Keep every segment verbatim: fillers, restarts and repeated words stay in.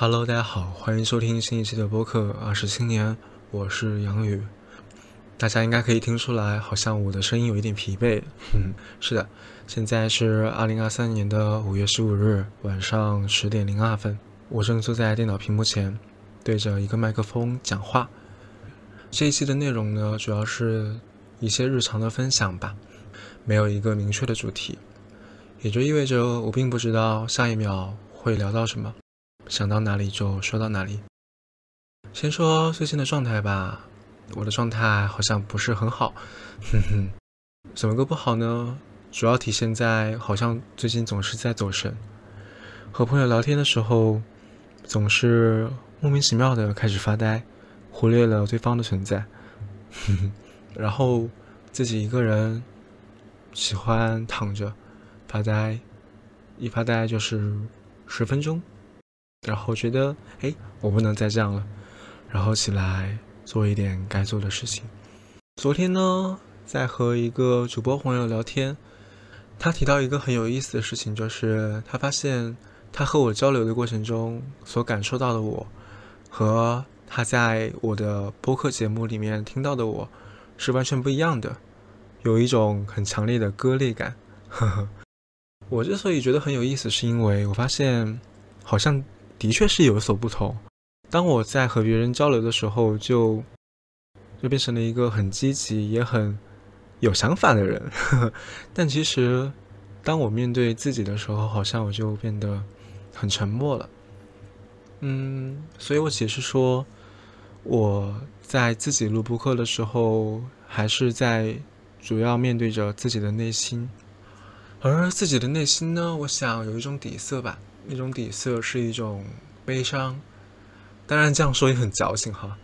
Hello，大家好，欢迎收听新一期的播客二十青年，我是杨宇。大家应该可以听出来，好像我的声音有一点疲惫。嗯，是的，现在是二零二三年的五月十五日晚上十点零二分，我正坐在电脑屏幕前，对着一个麦克风讲话。这一期的内容呢，主要是一些日常的分享吧，没有一个明确的主题，也就意味着我并不知道下一秒会聊到什么。想到哪里就说到哪里。先说最近的状态吧，我的状态好像不是很好，哼哼。怎么个不好呢？主要体现在好像最近总是在走神，和朋友聊天的时候，总是莫名其妙的开始发呆，忽略了对方的存在，哼哼。然后自己一个人喜欢躺着发呆，一发呆就是十分钟。然后觉得哎，我不能再这样了，然后起来做一点该做的事情。昨天呢，在和一个主播朋友聊天，他提到一个很有意思的事情，就是他发现他和我交流的过程中所感受到的我，和他在我的播客节目里面听到的我是完全不一样的，有一种很强烈的割裂感。呵呵。我之所以觉得很有意思，是因为我发现好像的确是有所不同。当我在和别人交流的时候就就变成了一个很积极也很有想法的人，呵呵。但其实当我面对自己的时候，好像我就变得很沉默了。嗯，所以我解释说，我在自己录播客的时候，还是在主要面对着自己的内心。而自己的内心呢，我想有一种底色吧，那种底色是一种悲伤。当然这样说也很矫情哈，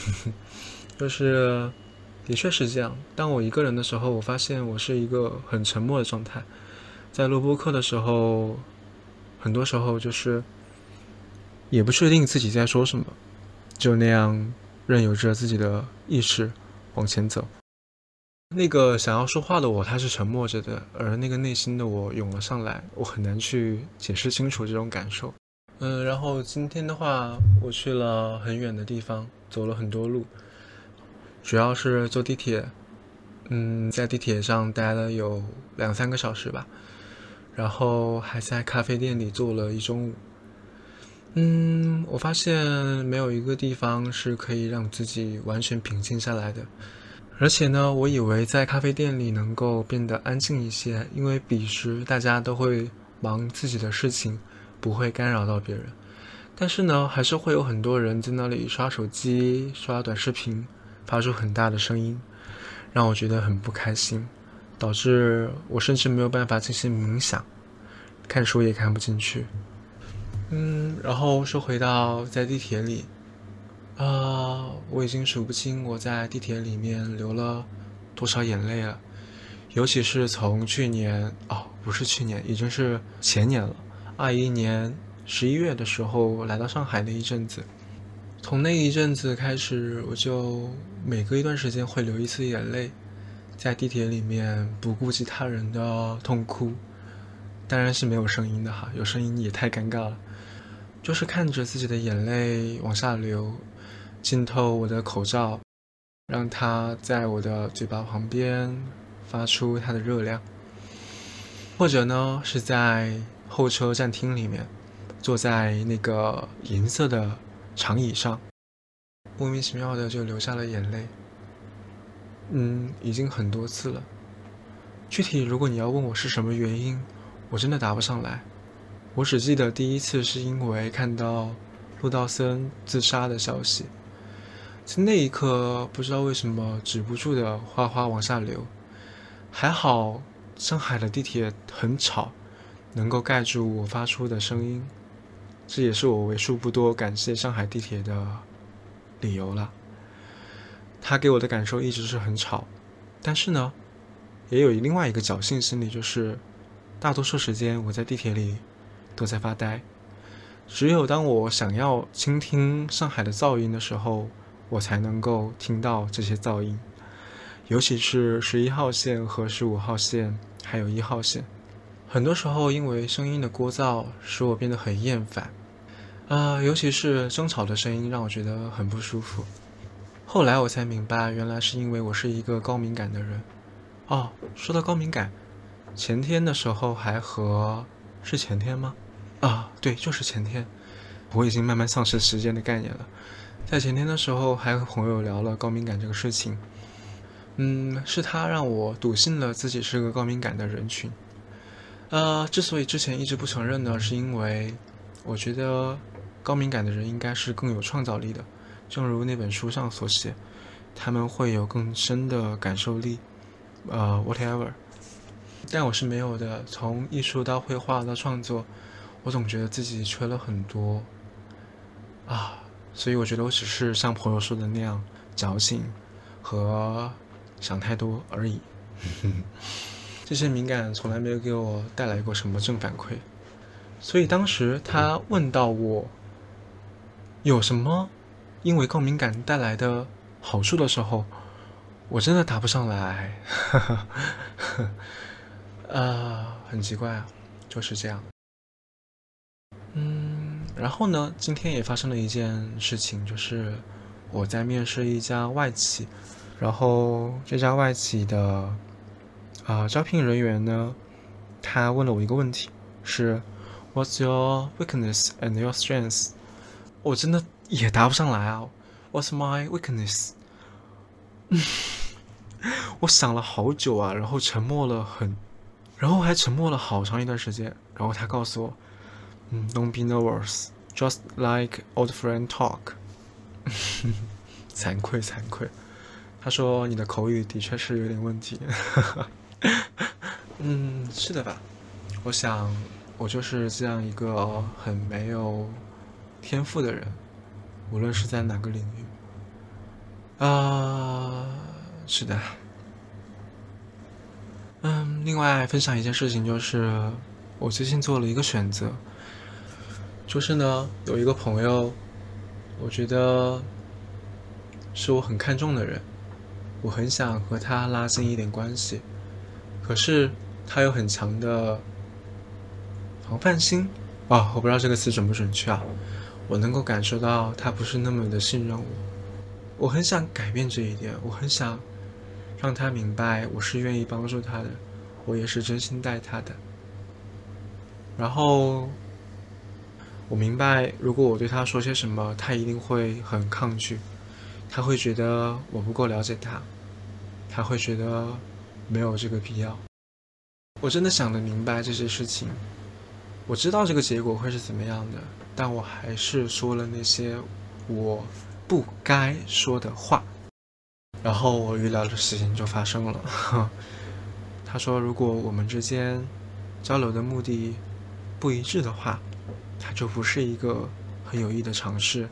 就是的确是这样。当我一个人的时候，我发现我是一个很沉默的状态。在录播课的时候，很多时候就是也不确定自己在说什么，就那样任由着自己的意识往前走。那个想要说话的我，他是沉默着的，而那个内心的我涌了上来，我很难去解释清楚这种感受。嗯，然后今天的话，我去了很远的地方，走了很多路，主要是坐地铁。嗯，在地铁上待了有两三个小时吧，然后还在咖啡店里坐了一中午。嗯，我发现没有一个地方是可以让自己完全平静下来的。而且呢，我以为在咖啡店里能够变得安静一些，因为彼时大家都会忙自己的事情，不会干扰到别人。但是呢，还是会有很多人在那里刷手机、刷短视频，发出很大的声音，让我觉得很不开心，导致我甚至没有办法进行冥想，看书也看不进去。嗯，然后说回到在地铁里。啊、呃，我已经数不清我在地铁里面流了多少眼泪了，尤其是从去年哦，不是去年，已经是前年了，二一年十一月的时候来到上海的一阵子，从那一阵子开始，我就每隔一段时间会流一次眼泪，在地铁里面不顾及他人的痛哭，当然是没有声音的哈，有声音也太尴尬了，就是看着自己的眼泪往下流。浸透我的口罩，让它在我的嘴巴旁边发出它的热量。或者呢，是在候车站厅里面，坐在那个银色的长椅上，莫名其妙的就流下了眼泪。嗯，已经很多次了。具体如果你要问我是什么原因，我真的答不上来。我只记得第一次是因为看到陆道森自杀的消息。在那一刻，不知道为什么止不住的哗哗往下流。还好上海的地铁很吵，能够盖住我发出的声音，这也是我为数不多感谢上海地铁的理由了。它给我的感受一直是很吵，但是呢，也有另外一个侥幸心理，就是大多数时间我在地铁里都在发呆。只有当我想要倾听上海的噪音的时候，我才能够听到这些噪音，尤其是十一号线和十五号线还有一号线。很多时候因为声音的聒噪使我变得很厌烦。 啊、尤其是争吵的声音让我觉得很不舒服。后来我才明白，原来是因为我是一个高敏感的人。哦，说到高敏感，前天的时候还和是前天吗？啊，对，就是前天。我已经慢慢丧失时间的概念了。在前天的时候还和朋友聊了高敏感这个事情。嗯，是他让我笃信了自己是个高敏感的人群。呃，之所以之前一直不承认呢，是因为我觉得高敏感的人应该是更有创造力的，正如那本书上所写，他们会有更深的感受力，呃，whatever。但我是没有的，从艺术到绘画到创作，我总觉得自己缺了很多啊，所以我觉得我只是像朋友说的那样矫情和想太多而已。这些敏感从来没有给我带来过什么正反馈，所以当时他问到我有什么因为高敏感带来的好处的时候，我真的答不上来。呃，很奇怪啊，就是这样。嗯，然后呢，今天也发生了一件事情，就是我在面试一家外企，然后这家外企的啊、呃、招聘人员呢，他问了我一个问题，是 What's your weakness and your strengths？ 我真的也答不上来啊。What's my weakness？ 我想了好久啊，然后沉默了很，然后还沉默了好长一段时间，然后他告诉我，嗯，Don't be nervous, just like old friend talk。惭愧惭愧，他说你的口语的确是有点问题。嗯，是的吧？我想我就是这样一个很没有天赋的人，无论是在哪个领域。啊、呃，是的。嗯，另外分享一件事情，就是我最近做了一个选择，就是呢，有一个朋友，我觉得是我很看重的人，我很想和他拉近一点关系，可是他有很强的防范心啊，我不知道这个词准不准确啊，我能够感受到他不是那么的信任我，我很想改变这一点，我很想让他明白我是愿意帮助他的，我也是真心待他的。然后我明白，如果我对他说些什么，他一定会很抗拒，他会觉得我不够了解他，他会觉得没有这个必要。我真的想得明白这些事情，我知道这个结果会是怎么样的，但我还是说了那些我不该说的话。然后我预料的事情就发生了。他说如果我们之间交流的目的不一致的话，它就不是一个很有益的尝试。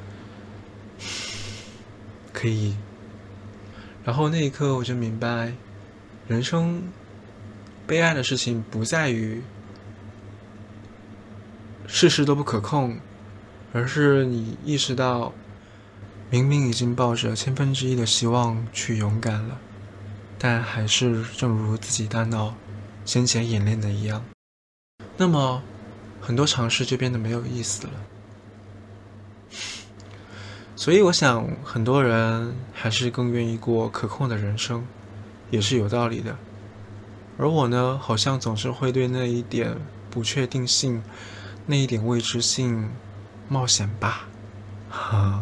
可以。然后那一刻我就明白，人生悲哀的事情不在于事事都不可控，而是你意识到明明已经抱着千分之一的希望去勇敢了，但还是正如自己大脑先前演练的一样，那么很多尝试就变得没有意思了。所以我想很多人还是更愿意过可控的人生，也是有道理的。而我呢，好像总是会对那一点不确定性，那一点未知性冒险吧。哈，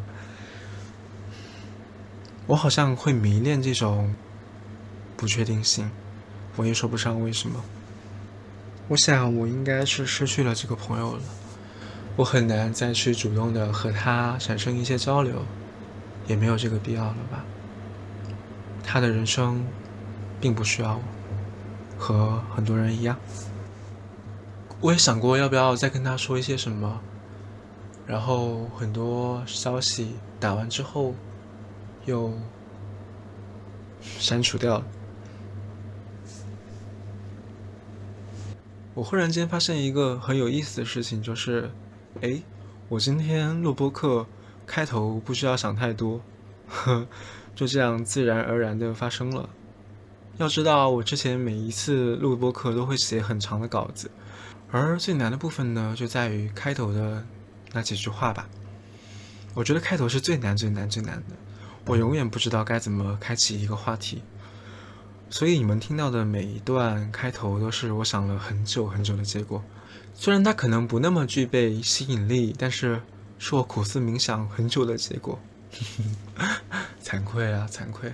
我好像会迷恋这种不确定性，我也说不上为什么。我想我应该是失去了这个朋友了，我很难再去主动的和他产生一些交流，也没有这个必要了吧。他的人生并不需要我，和很多人一样。我也想过要不要再跟他说一些什么，然后很多消息打完之后又删除掉了。我忽然间发现一个很有意思的事情，就是诶，我今天录播课开头不需要想太多，呵，就这样自然而然的发生了。要知道我之前每一次录播课都会写很长的稿子，而最难的部分呢就在于开头的那几句话吧。我觉得开头是最难最难最难的，我永远不知道该怎么开启一个话题，所以你们听到的每一段开头都是我想了很久很久的结果。虽然它可能不那么具备吸引力，但是是我苦思冥想很久的结果。惭愧啊惭愧。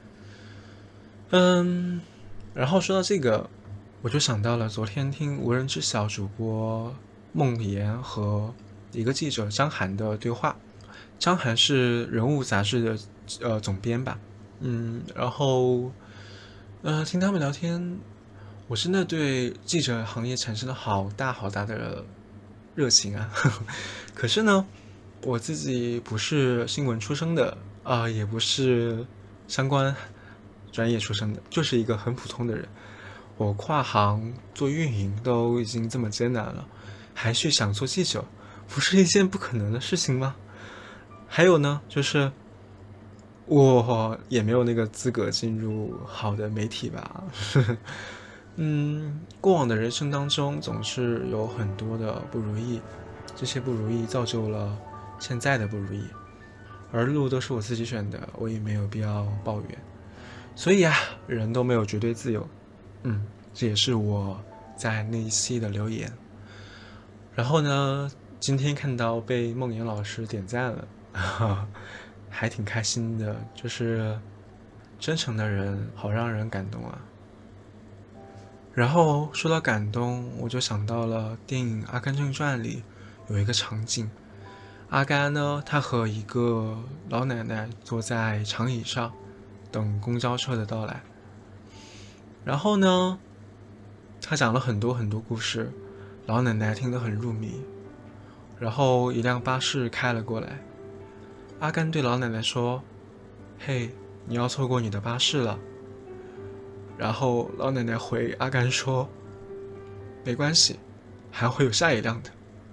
嗯，然后说到这个，我就想到了昨天听无人知晓主播梦妍和一个记者张涵的对话。张涵是人物杂志的呃总编吧，嗯，然后呃听他们聊天，我真的对记者行业产生了好大好大的热情啊。可是呢，我自己不是新闻出身的啊、呃，也不是相关专业出身的，就是一个很普通的人。我跨行做运营都已经这么艰难了，还去想做记者，不是一件不可能的事情吗？还有呢，就是我也没有那个资格进入好的媒体吧。嗯，过往的人生当中总是有很多的不如意，这些不如意造就了现在的不如意，而路都是我自己选的，我也没有必要抱怨。所以啊，人都没有绝对自由。嗯，这也是我在那一期的留言。然后呢，今天看到被梦妍老师点赞了，还挺开心的，就是真诚的人好让人感动啊。然后说到感动，我就想到了电影《阿甘正传》里有一个场景，阿甘呢，他和一个老奶奶坐在长椅上等公交车的到来，然后呢他讲了很多很多故事，老奶奶听得很入迷。然后一辆巴士开了过来，阿甘对老奶奶说：嘿，你要错过你的巴士了。然后老奶奶回阿甘说：没关系，还会有下一辆的。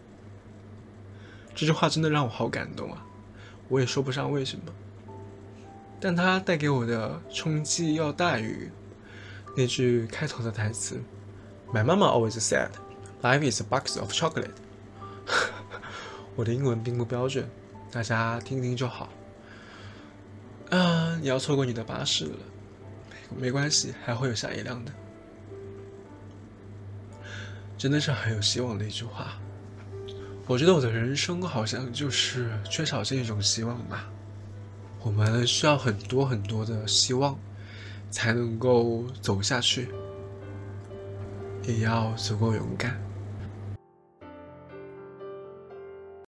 这句话真的让我好感动啊，我也说不上为什么，但它带给我的冲击要大于那句开头的台词 My mama always said, life is a box of chocolate。 我的英文并不标准，大家听听就好。啊，你要错过你的巴士了，没关系，还会有下一辆的。真的是很有希望的一句话。我觉得我的人生好像就是缺少这种希望吧。我们需要很多很多的希望才能够走下去，也要足够勇敢。